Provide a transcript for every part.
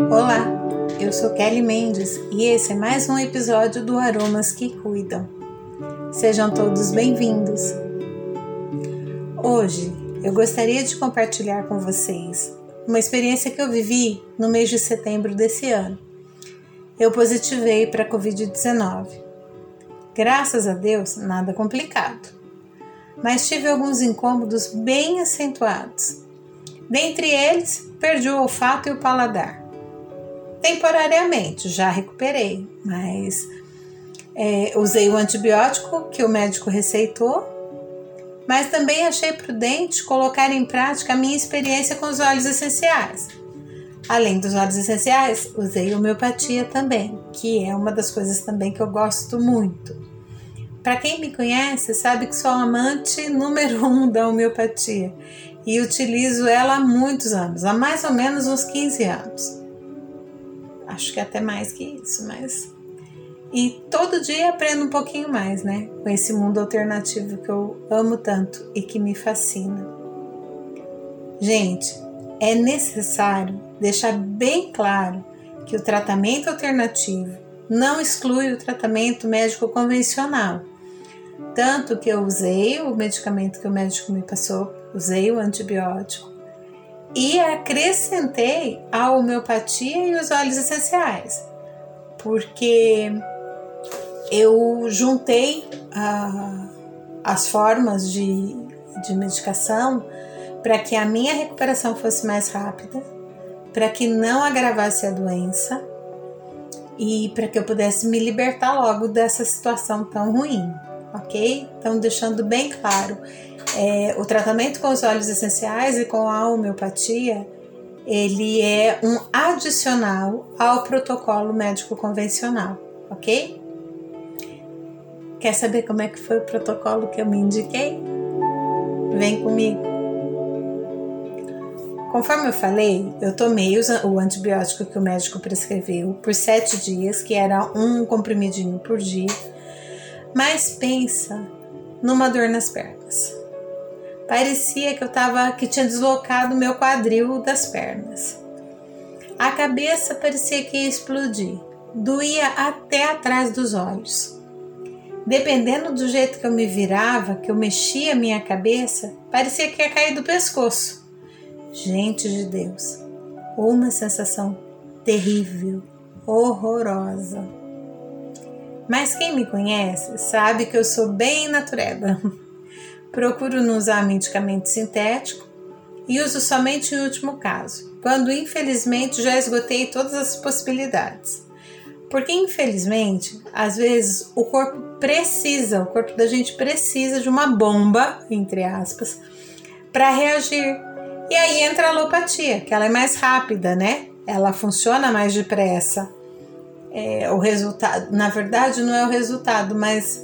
Olá, eu sou Kelly Mendes e esse é mais um episódio do Aromas que Cuidam. Sejam todos bem-vindos. Hoje eu gostaria de compartilhar com vocês uma experiência que eu vivi no mês de setembro desse ano. Eu positivei para a Covid-19. Graças a Deus, nada complicado, mas tive alguns incômodos bem acentuados. Dentre eles, perdi o olfato e o paladar. Temporariamente, já recuperei, mas usei o antibiótico que o médico receitou, mas também achei prudente colocar em prática a minha experiência com os óleos essenciais. Além dos óleos essenciais, usei homeopatia também, que é uma das coisas também que eu gosto muito. Para quem me conhece, sabe que sou amante número 1 da homeopatia e utilizo ela há muitos anos, há mais ou menos uns 15 anos. Acho que até mais que isso, mas... E todo dia aprendo um pouquinho mais, né? Com esse mundo alternativo que eu amo tanto e que me fascina. Gente, é necessário deixar bem claro que o tratamento alternativo não exclui o tratamento médico convencional. Tanto que eu usei o medicamento que o médico me passou, usei o antibiótico, e acrescentei a homeopatia e os óleos essenciais, porque eu juntei as formas de medicação para que a minha recuperação fosse mais rápida, para que não agravasse a doença e para que eu pudesse me libertar logo dessa situação tão ruim, ok? Então, deixando bem claro, o tratamento com os óleos essenciais e com a homeopatia, ele é um adicional ao protocolo médico convencional, ok? Quer saber como é que foi o protocolo que eu me indiquei? Vem comigo. Conforme eu falei, eu tomei o antibiótico que o médico prescreveu por 7 dias, que era um comprimidinho por dia, mas pensa numa dor nas pernas. Parecia que tinha deslocado meu quadril das pernas. A cabeça parecia que ia explodir. Doía até atrás dos olhos. Dependendo do jeito que eu me virava, que eu mexia a minha cabeça, parecia que ia cair do pescoço. Gente de Deus, uma sensação terrível, horrorosa. Mas quem me conhece sabe que eu sou bem natureba. Procuro não usar medicamento sintético e uso somente em último caso, quando infelizmente já esgotei todas as possibilidades. Porque infelizmente, às vezes o corpo da gente precisa de uma bomba, entre aspas, para reagir. E aí entra a alopatia, que ela é mais rápida, né? Ela funciona mais depressa. O resultado, na verdade, não é o resultado, mas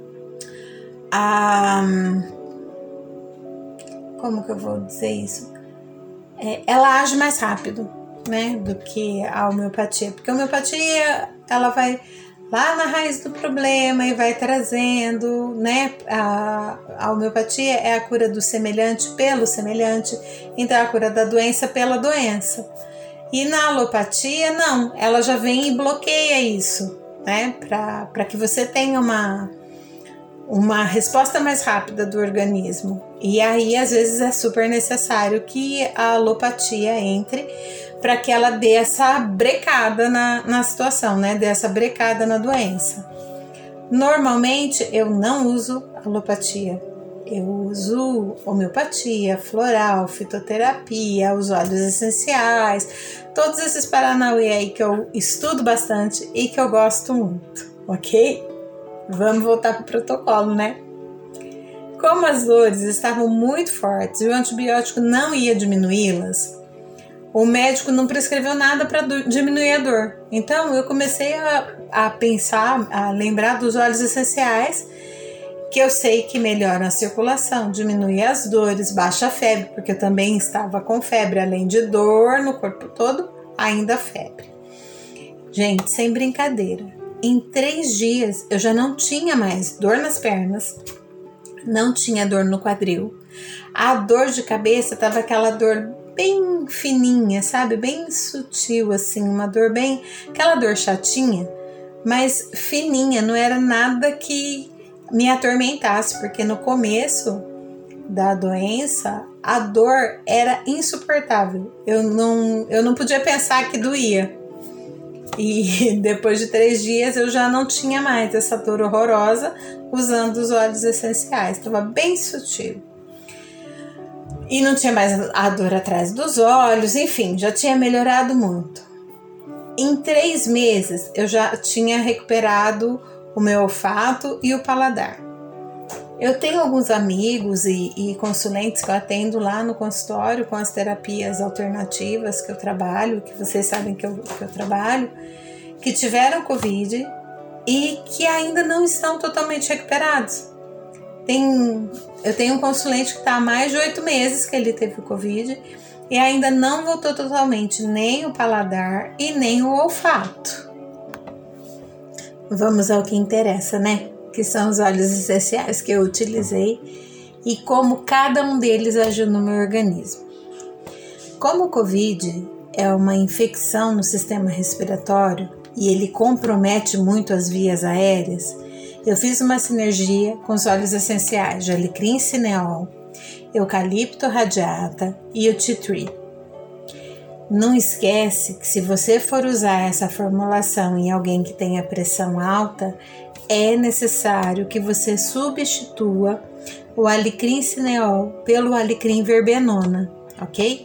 como que eu vou dizer isso? Ela age mais rápido, né, do que a homeopatia, porque a homeopatia, ela vai lá na raiz do problema e vai trazendo, né, a homeopatia é a cura do semelhante pelo semelhante, então é a cura da doença pela doença. E na alopatia, não, ela já vem e bloqueia isso, né, para que você tenha uma resposta mais rápida do organismo. E aí, às vezes, é super necessário que a alopatia entre para que ela dê essa brecada na situação, né? Dê essa brecada na doença. Normalmente, eu não uso alopatia. Eu uso homeopatia, floral, fitoterapia, os óleos essenciais, todos esses paranauê aí que eu estudo bastante e que eu gosto muito, ok? Vamos voltar para o protocolo, né? Como as dores estavam muito fortes e o antibiótico não ia diminuí-las, o médico não prescreveu nada para diminuir a dor. Então eu comecei a pensar, a lembrar dos óleos essenciais, que eu sei que melhoram a circulação, diminui as dores, baixa a febre, porque eu também estava com febre, além de dor no corpo todo, ainda febre. Gente, sem brincadeira, em 3 dias eu já não tinha mais dor nas pernas, não tinha dor no quadril, a dor de cabeça estava aquela dor bem fininha, sabe? Bem sutil, assim, uma dor bem... aquela dor chatinha, mas fininha, não era nada que me atormentasse, porque no começo da doença, a dor era insuportável. Eu não podia pensar que doía. E depois de 3 dias eu já não tinha mais essa dor horrorosa usando os óleos essenciais. Estava bem sutil. E não tinha mais a dor atrás dos olhos, enfim, já tinha melhorado muito. Em 3 meses eu já tinha recuperado o meu olfato e o paladar. Eu tenho alguns amigos e consulentes que eu atendo lá no consultório com as terapias alternativas que eu trabalho, que vocês sabem que eu trabalho, que tiveram Covid e que ainda não estão totalmente recuperados. Eu tenho um consulente que está há mais de 8 meses que ele teve Covid e ainda não voltou totalmente nem o paladar e nem o olfato. Vamos ao que interessa, né? Que são os óleos essenciais que eu utilizei e como cada um deles agiu no meu organismo. Como o Covid é uma infecção no sistema respiratório e ele compromete muito as vias aéreas, eu fiz uma sinergia com os óleos essenciais de alecrim cineol, eucalipto radiata e o tea tree. Não esquece que se você for usar essa formulação em alguém que tenha pressão alta, é necessário que você substitua o alecrim cineol pelo alecrim verbenona, ok?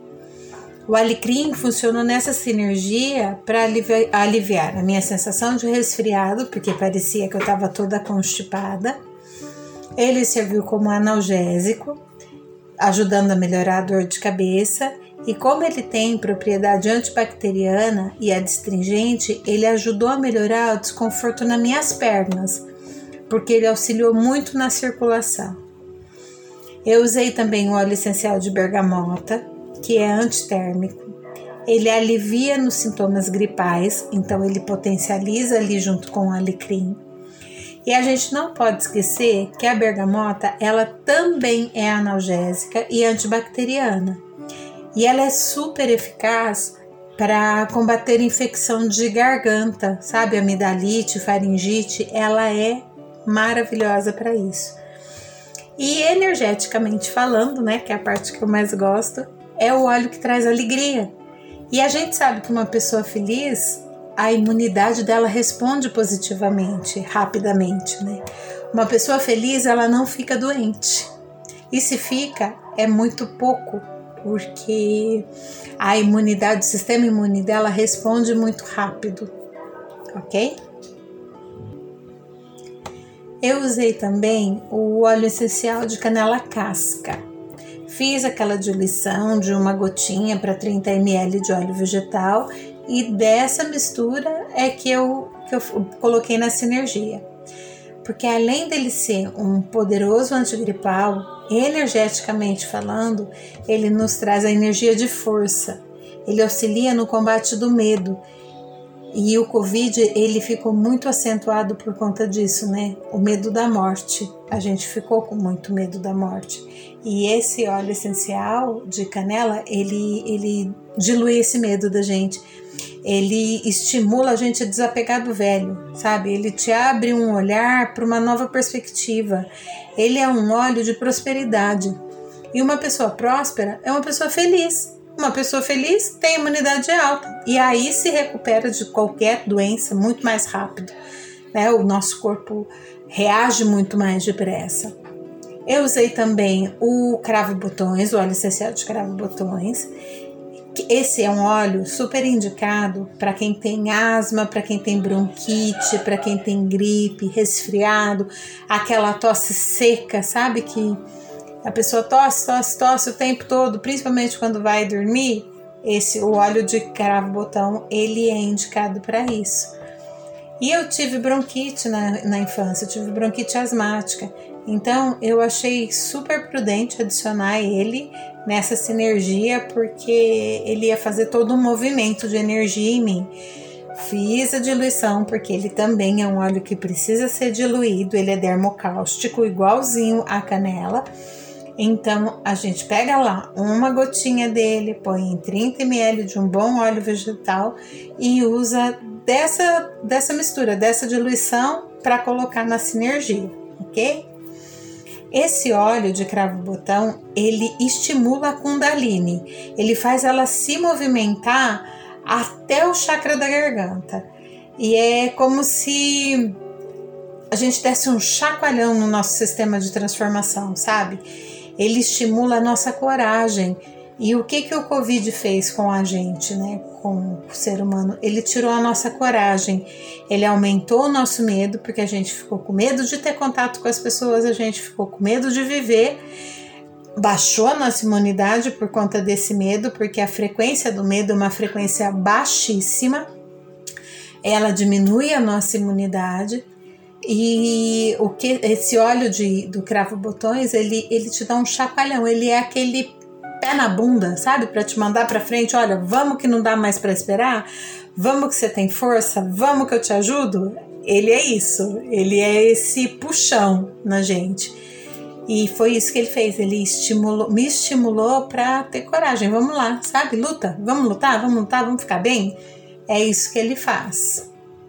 O alecrim funcionou nessa sinergia para aliviar a minha sensação de resfriado, porque parecia que eu estava toda constipada. Ele serviu como analgésico, ajudando a melhorar a dor de cabeça. E como ele tem propriedade antibacteriana e adstringente, ele ajudou a melhorar o desconforto nas minhas pernas, porque ele auxiliou muito na circulação. Eu usei também o óleo essencial de bergamota, que é antitérmico. Ele alivia nos sintomas gripais, então ele potencializa ali junto com o alecrim. E a gente não pode esquecer que a bergamota, ela também é analgésica e antibacteriana. E ela é super eficaz para combater infecção de garganta, sabe? Amidalite, faringite, ela é maravilhosa para isso. E energeticamente falando, né, que é a parte que eu mais gosto, é o óleo que traz alegria. E a gente sabe que uma pessoa feliz, a imunidade dela responde positivamente, rapidamente, né? Uma pessoa feliz, ela não fica doente. E se fica, é muito pouco, porque a imunidade, o sistema imune dela responde muito rápido, ok? Eu usei também o óleo essencial de canela casca. Fiz aquela diluição de uma gotinha para 30 ml de óleo vegetal e dessa mistura é que eu coloquei na sinergia. Porque além dele ser um poderoso antigripal, energeticamente falando, ele nos traz a energia de força. Ele auxilia no combate do medo. E o Covid, ele ficou muito acentuado por conta disso, né? O medo da morte. A gente ficou com muito medo da morte. E esse óleo essencial de canela, ele dilui esse medo da gente. Ele estimula a gente a desapegar do velho, sabe? Ele te abre um olhar para uma nova perspectiva. Ele é um óleo de prosperidade. E uma pessoa próspera é uma pessoa feliz. Uma pessoa feliz tem imunidade alta e aí se recupera de qualquer doença muito mais rápido, né? O nosso corpo reage muito mais depressa. Eu usei também o cravo-botões, o óleo essencial de cravo-botões. Esse é um óleo super indicado para quem tem asma, para quem tem bronquite, para quem tem gripe, resfriado, aquela tosse seca, sabe, que a pessoa tosse o tempo todo, principalmente quando vai dormir. O óleo de cravo-botão, ele é indicado para isso. E eu tive bronquite na infância, eu tive bronquite asmática. Então eu achei super prudente adicionar ele nessa sinergia, porque ele ia fazer todo um movimento de energia em mim. Fiz a diluição, porque ele também é um óleo que precisa ser diluído, ele é dermocáustico, igualzinho a canela. Então a gente pega lá uma gotinha dele, põe em 30 ml de um bom óleo vegetal e usa dessa mistura, dessa diluição para colocar na sinergia, ok? Esse óleo de cravo-botão, ele estimula a Kundalini, ele faz ela se movimentar até o chakra da garganta. E é como se a gente desse um chacoalhão no nosso sistema de transformação, sabe? Ele estimula a nossa coragem. E o que o Covid fez com a gente, né? Com o ser humano? Ele tirou a nossa coragem. Ele aumentou o nosso medo, porque a gente ficou com medo de ter contato com as pessoas, a gente ficou com medo de viver. Baixou a nossa imunidade por conta desse medo, porque a frequência do medo é uma frequência baixíssima. Ela diminui a nossa imunidade. E esse óleo do cravo-botões, ele te dá um chacoalhão, ele é aquele pé na bunda, sabe? Para te mandar para frente, olha, vamos que não dá mais para esperar, vamos que você tem força, vamos que eu te ajudo. Ele é isso, ele é esse puxão na gente. E foi isso que ele fez, ele me estimulou para ter coragem, vamos lá, sabe? Luta, vamos lutar, vamos ficar bem. É isso que ele faz.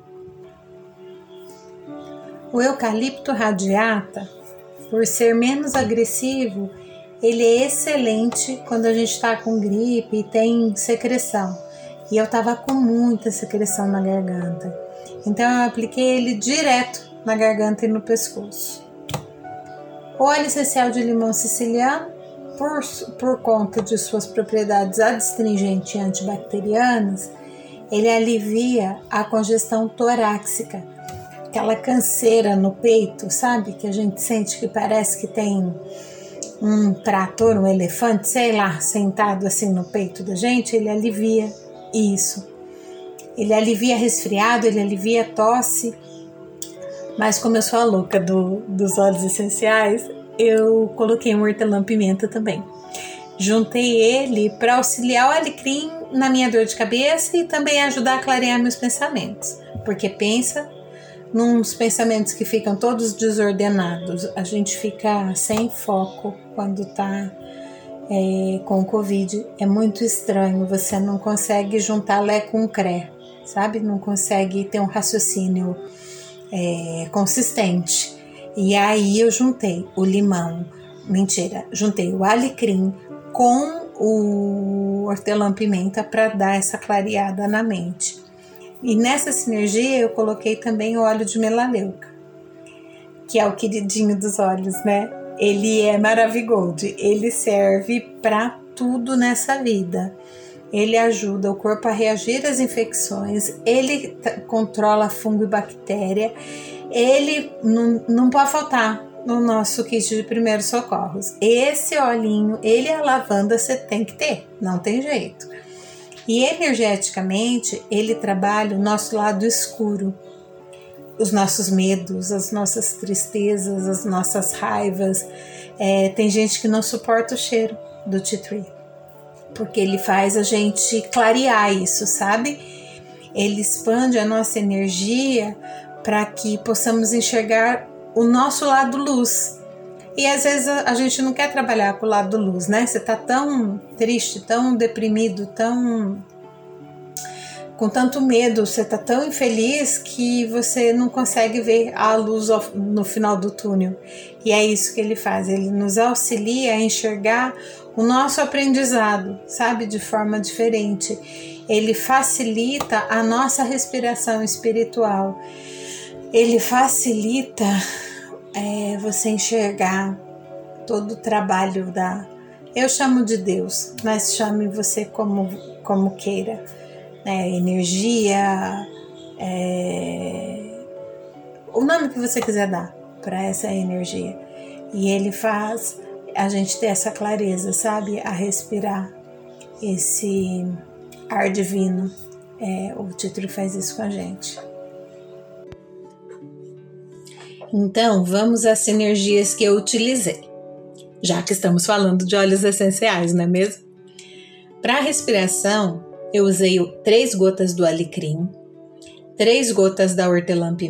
O eucalipto radiata, por ser menos agressivo, ele é excelente quando a gente está com gripe e tem secreção. E eu estava com muita secreção na garganta. Então eu apliquei ele direto na garganta e no pescoço. O óleo essencial de limão siciliano, por conta de suas propriedades adstringentes e antibacterianas, ele alivia a congestão torácica. Aquela canseira no peito, sabe? Que a gente sente que parece que tem um trator, um elefante, sei lá, sentado assim no peito da gente. Ele alivia isso. Ele alivia resfriado, ele alivia tosse. Mas como eu sou a louca dos óleos essenciais, eu coloquei um hortelã-pimenta também. Juntei ele para auxiliar o alecrim na minha dor de cabeça e também ajudar a clarear meus pensamentos. Porque pensa nos pensamentos que ficam todos desordenados, a gente fica sem foco quando tá com Covid. É muito estranho, você não consegue juntar Lé com Cré, sabe? Não consegue ter um raciocínio consistente. E aí eu juntei o limão, juntei o alecrim com o hortelã-pimenta para dar essa clareada na mente. E nessa sinergia eu coloquei também o óleo de melaleuca, que é o queridinho dos olhos, né? Ele é Maravigold, ele serve para tudo nessa vida. Ele ajuda o corpo a reagir às infecções, ele controla fungo e bactéria, ele não pode faltar no nosso kit de primeiros socorros. Esse olhinho, ele é a lavanda, você tem que ter, não tem jeito. E energeticamente, ele trabalha o nosso lado escuro, os nossos medos, as nossas tristezas, as nossas raivas. Tem gente que não suporta o cheiro do tea tree, porque ele faz a gente clarear isso, sabe? Ele expande a nossa energia para que possamos enxergar o nosso lado luz. E às vezes a gente não quer trabalhar com o lado luz, né? Você tá tão triste, tão deprimido, com tanto medo, você tá tão infeliz que você não consegue ver a luz no final do túnel. E é isso que ele faz, ele nos auxilia a enxergar o nosso aprendizado, sabe? De forma diferente. Ele facilita a nossa respiração espiritual. Ele facilita você enxergar todo o trabalho eu chamo de Deus, mas chame você como queira, energia, o nome que você quiser dar para essa energia. E ele faz a gente ter essa clareza, sabe, a respirar esse ar divino. O título faz isso com a gente. Então, vamos às sinergias que eu utilizei, já que estamos falando de óleos essenciais, não é mesmo? Para a respiração, eu usei 3 gotas do alecrim, 3 gotas da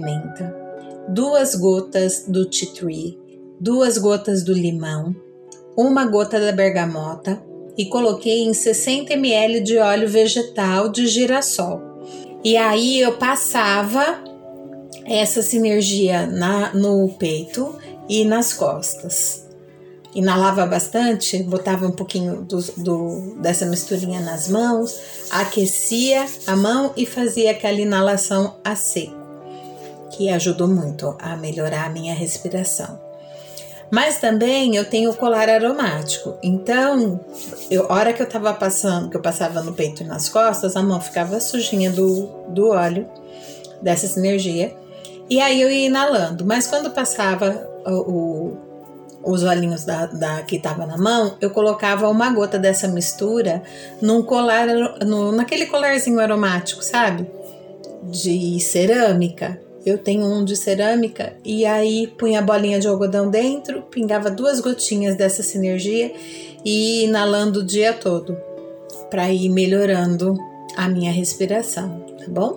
hortelã-pimenta, 2 gotas do tea tree, 2 gotas do limão, uma gota da bergamota e coloquei em 60 ml de óleo vegetal de girassol. E aí eu passava essa sinergia no peito e nas costas. Inalava bastante, botava um pouquinho dessa misturinha nas mãos, aquecia a mão e fazia aquela inalação a seco, que ajudou muito a melhorar a minha respiração. Mas também eu tenho colar aromático, então, a hora que eu tava passando, que eu passava no peito e nas costas, a mão ficava sujinha do óleo, dessa sinergia, e aí eu ia inalando. Mas quando passava os olhinhos que tava na mão, eu colocava uma gota dessa mistura num colar, naquele colarzinho aromático, sabe? De cerâmica. Eu tenho um de cerâmica e aí punha a bolinha de algodão dentro, pingava 2 gotinhas dessa sinergia e ia inalando o dia todo para ir melhorando a minha respiração, tá bom?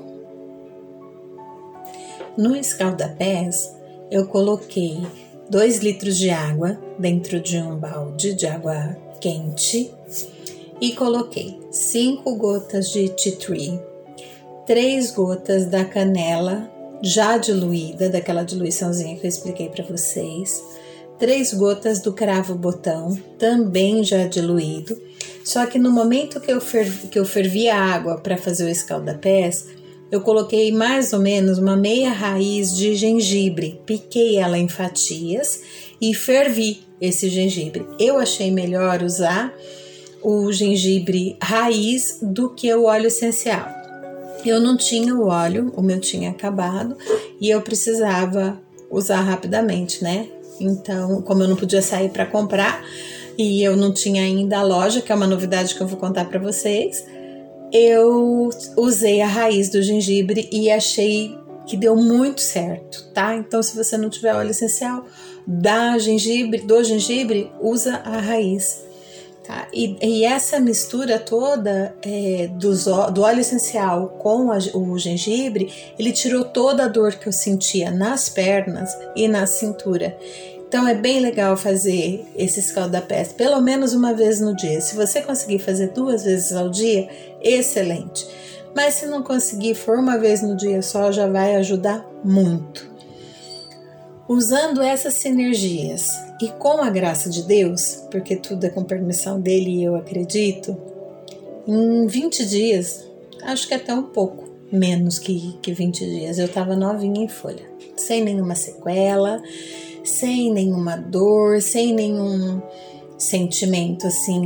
No escaldapés, eu coloquei 2 litros de água dentro de um balde de água quente e coloquei 5 gotas de tea tree, 3 gotas da canela já diluída, daquela diluiçãozinha que eu expliquei para vocês, 3 gotas do cravo botão, também já diluído, só que no momento que eu fervi a água para fazer o escaldapés, eu coloquei mais ou menos uma meia raiz de gengibre, piquei ela em fatias e fervi esse gengibre. Eu achei melhor usar o gengibre raiz do que o óleo essencial. Eu não tinha o óleo, o meu tinha acabado e eu precisava usar rapidamente, né? Então, como eu não podia sair para comprar e eu não tinha ainda a loja, que é uma novidade que eu vou contar para vocês, eu usei a raiz do gengibre e achei que deu muito certo, tá? Então, se você não tiver óleo essencial do gengibre, usa a raiz. Tá? E essa mistura toda do óleo essencial com o gengibre, ele tirou toda a dor que eu sentia nas pernas e na cintura. Então é bem legal fazer esse escaldapés pelo menos uma vez no dia. Se você conseguir fazer 2 vezes ao dia, excelente. Mas se não conseguir, for uma vez no dia só, já vai ajudar muito. Usando essas sinergias e com a graça de Deus, porque tudo é com permissão dele e eu acredito, em 20 dias, acho que até um pouco menos que 20 dias, eu estava novinha em folha, sem nenhuma sequela, sem nenhuma dor, sem nenhum sentimento assim,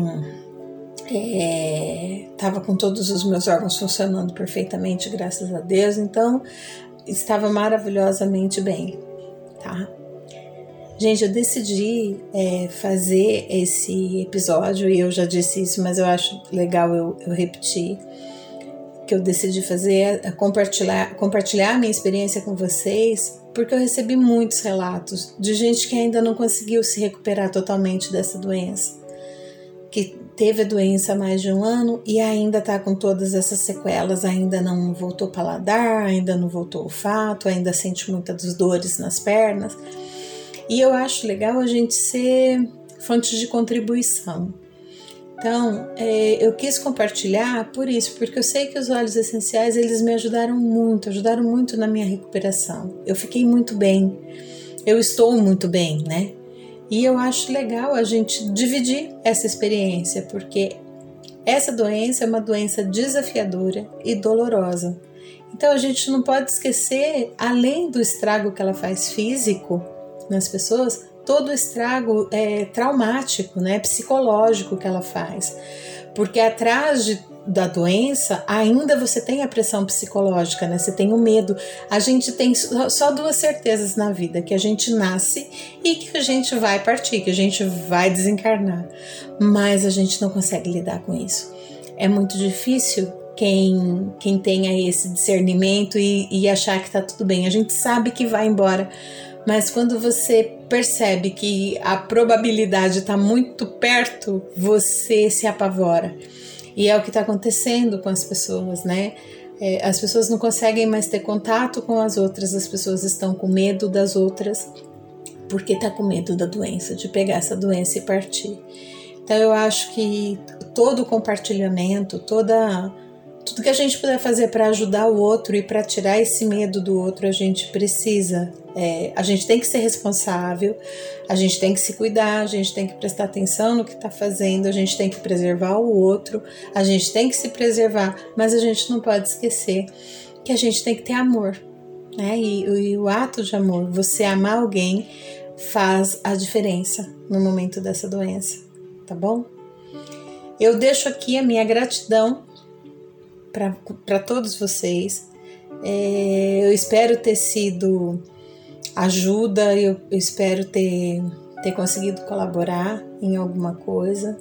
estava com todos os meus órgãos funcionando perfeitamente, graças a Deus, então estava maravilhosamente bem. Tá? Gente, eu decidi fazer esse episódio e eu já disse isso, mas eu acho legal eu repetir. Que eu decidi fazer compartilhar a minha experiência com vocês, porque eu recebi muitos relatos de gente que ainda não conseguiu se recuperar totalmente dessa doença, que teve a doença há mais de 1 ano e ainda está com todas essas sequelas, ainda não voltou paladar, ainda não voltou olfato, ainda sente muitas dores nas pernas. E eu acho legal a gente ser fonte de contribuição. Então, eu quis compartilhar por isso, porque eu sei que os óleos essenciais, eles me ajudaram muito na minha recuperação. Eu fiquei muito bem, eu estou muito bem, né? E eu acho legal a gente dividir essa experiência, porque essa doença é uma doença desafiadora e dolorosa. Então a gente não pode esquecer, além do estrago que ela faz físico nas pessoas, todo o estrago traumático, né, psicológico que ela faz. Porque atrás da doença, ainda você tem a pressão psicológica, né? Você tem o medo. A gente tem só 2 certezas na vida, que a gente nasce e que a gente vai partir, que a gente vai desencarnar. Mas a gente não consegue lidar com isso. É muito difícil quem tenha esse discernimento e achar que tá tudo bem. A gente sabe que vai embora, mas quando você percebe que a probabilidade está muito perto, você se apavora. E é o que está acontecendo com as pessoas, né? As pessoas não conseguem mais ter contato com as outras, as pessoas estão com medo das outras, porque tá com medo da doença, de pegar essa doença e partir. Então eu acho que todo o compartilhamento, tudo que a gente puder fazer para ajudar o outro e para tirar esse medo do outro, a gente precisa. A gente tem que ser responsável, a gente tem que se cuidar, a gente tem que prestar atenção no que está fazendo, a gente tem que preservar o outro, a gente tem que se preservar, mas a gente não pode esquecer que a gente tem que ter amor, né? E o ato de amor, você amar alguém, faz a diferença no momento dessa doença, tá bom? Eu deixo aqui a minha gratidão para todos vocês. Eu espero ter sido ajuda, eu espero ter conseguido colaborar em alguma coisa,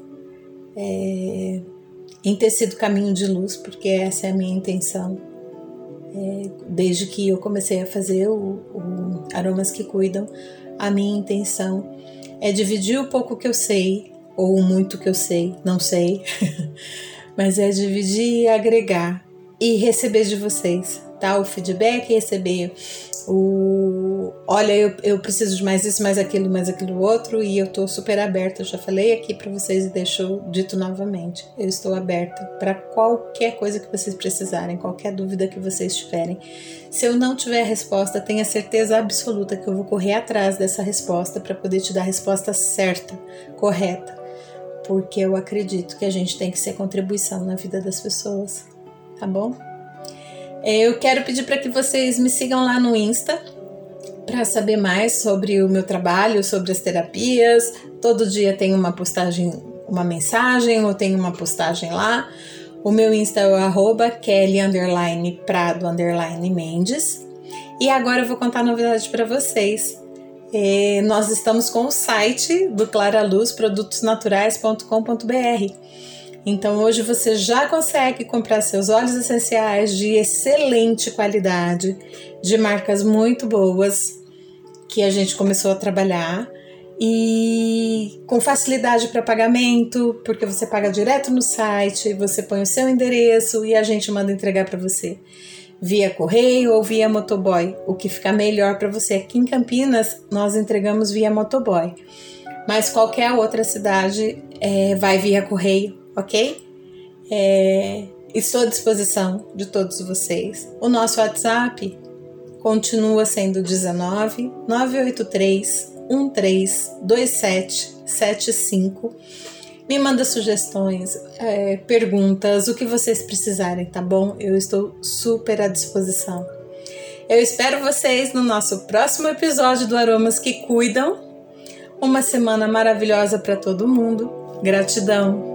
em ter sido caminho de luz, porque essa é a minha intenção. Desde que eu comecei a fazer o Aromas que Cuidam, a minha intenção é dividir o pouco que eu sei, ou o muito que eu sei, não sei, mas é dividir e agregar e receber de vocês, tá? O feedback, receber olha, eu preciso de mais isso, mais aquilo outro, e eu tô super aberta, eu já falei aqui para vocês e deixo dito novamente, eu estou aberta para qualquer coisa que vocês precisarem, qualquer dúvida que vocês tiverem. Se eu não tiver a resposta, tenha certeza absoluta que eu vou correr atrás dessa resposta para poder te dar a resposta certa, correta, porque eu acredito que a gente tem que ser contribuição na vida das pessoas, tá bom? Eu quero pedir para que vocês me sigam lá no Insta para saber mais sobre o meu trabalho, sobre as terapias. Todo dia tem uma postagem, uma mensagem, ou tem uma postagem lá. O meu Insta é o @Kelly_Prado_Mendes. E agora eu vou contar a novidade para vocês. Nós estamos com o site do Clara Luz, produtosnaturais.com.br. Então hoje você já consegue comprar seus óleos essenciais de excelente qualidade, de marcas muito boas, que a gente começou a trabalhar, e com facilidade para pagamento, porque você paga direto no site, você põe o seu endereço e a gente manda entregar para você via correio ou via motoboy, o que fica melhor para você. Aqui em Campinas nós entregamos via motoboy, mas qualquer outra cidade vai via correio, ok? Estou à disposição de todos vocês. O nosso WhatsApp continua sendo 19 983 132775. Me manda sugestões, perguntas, o que vocês precisarem, tá bom? Eu estou super à disposição. Eu espero vocês no nosso próximo episódio do Aromas que Cuidam. Uma semana maravilhosa para todo mundo. Gratidão!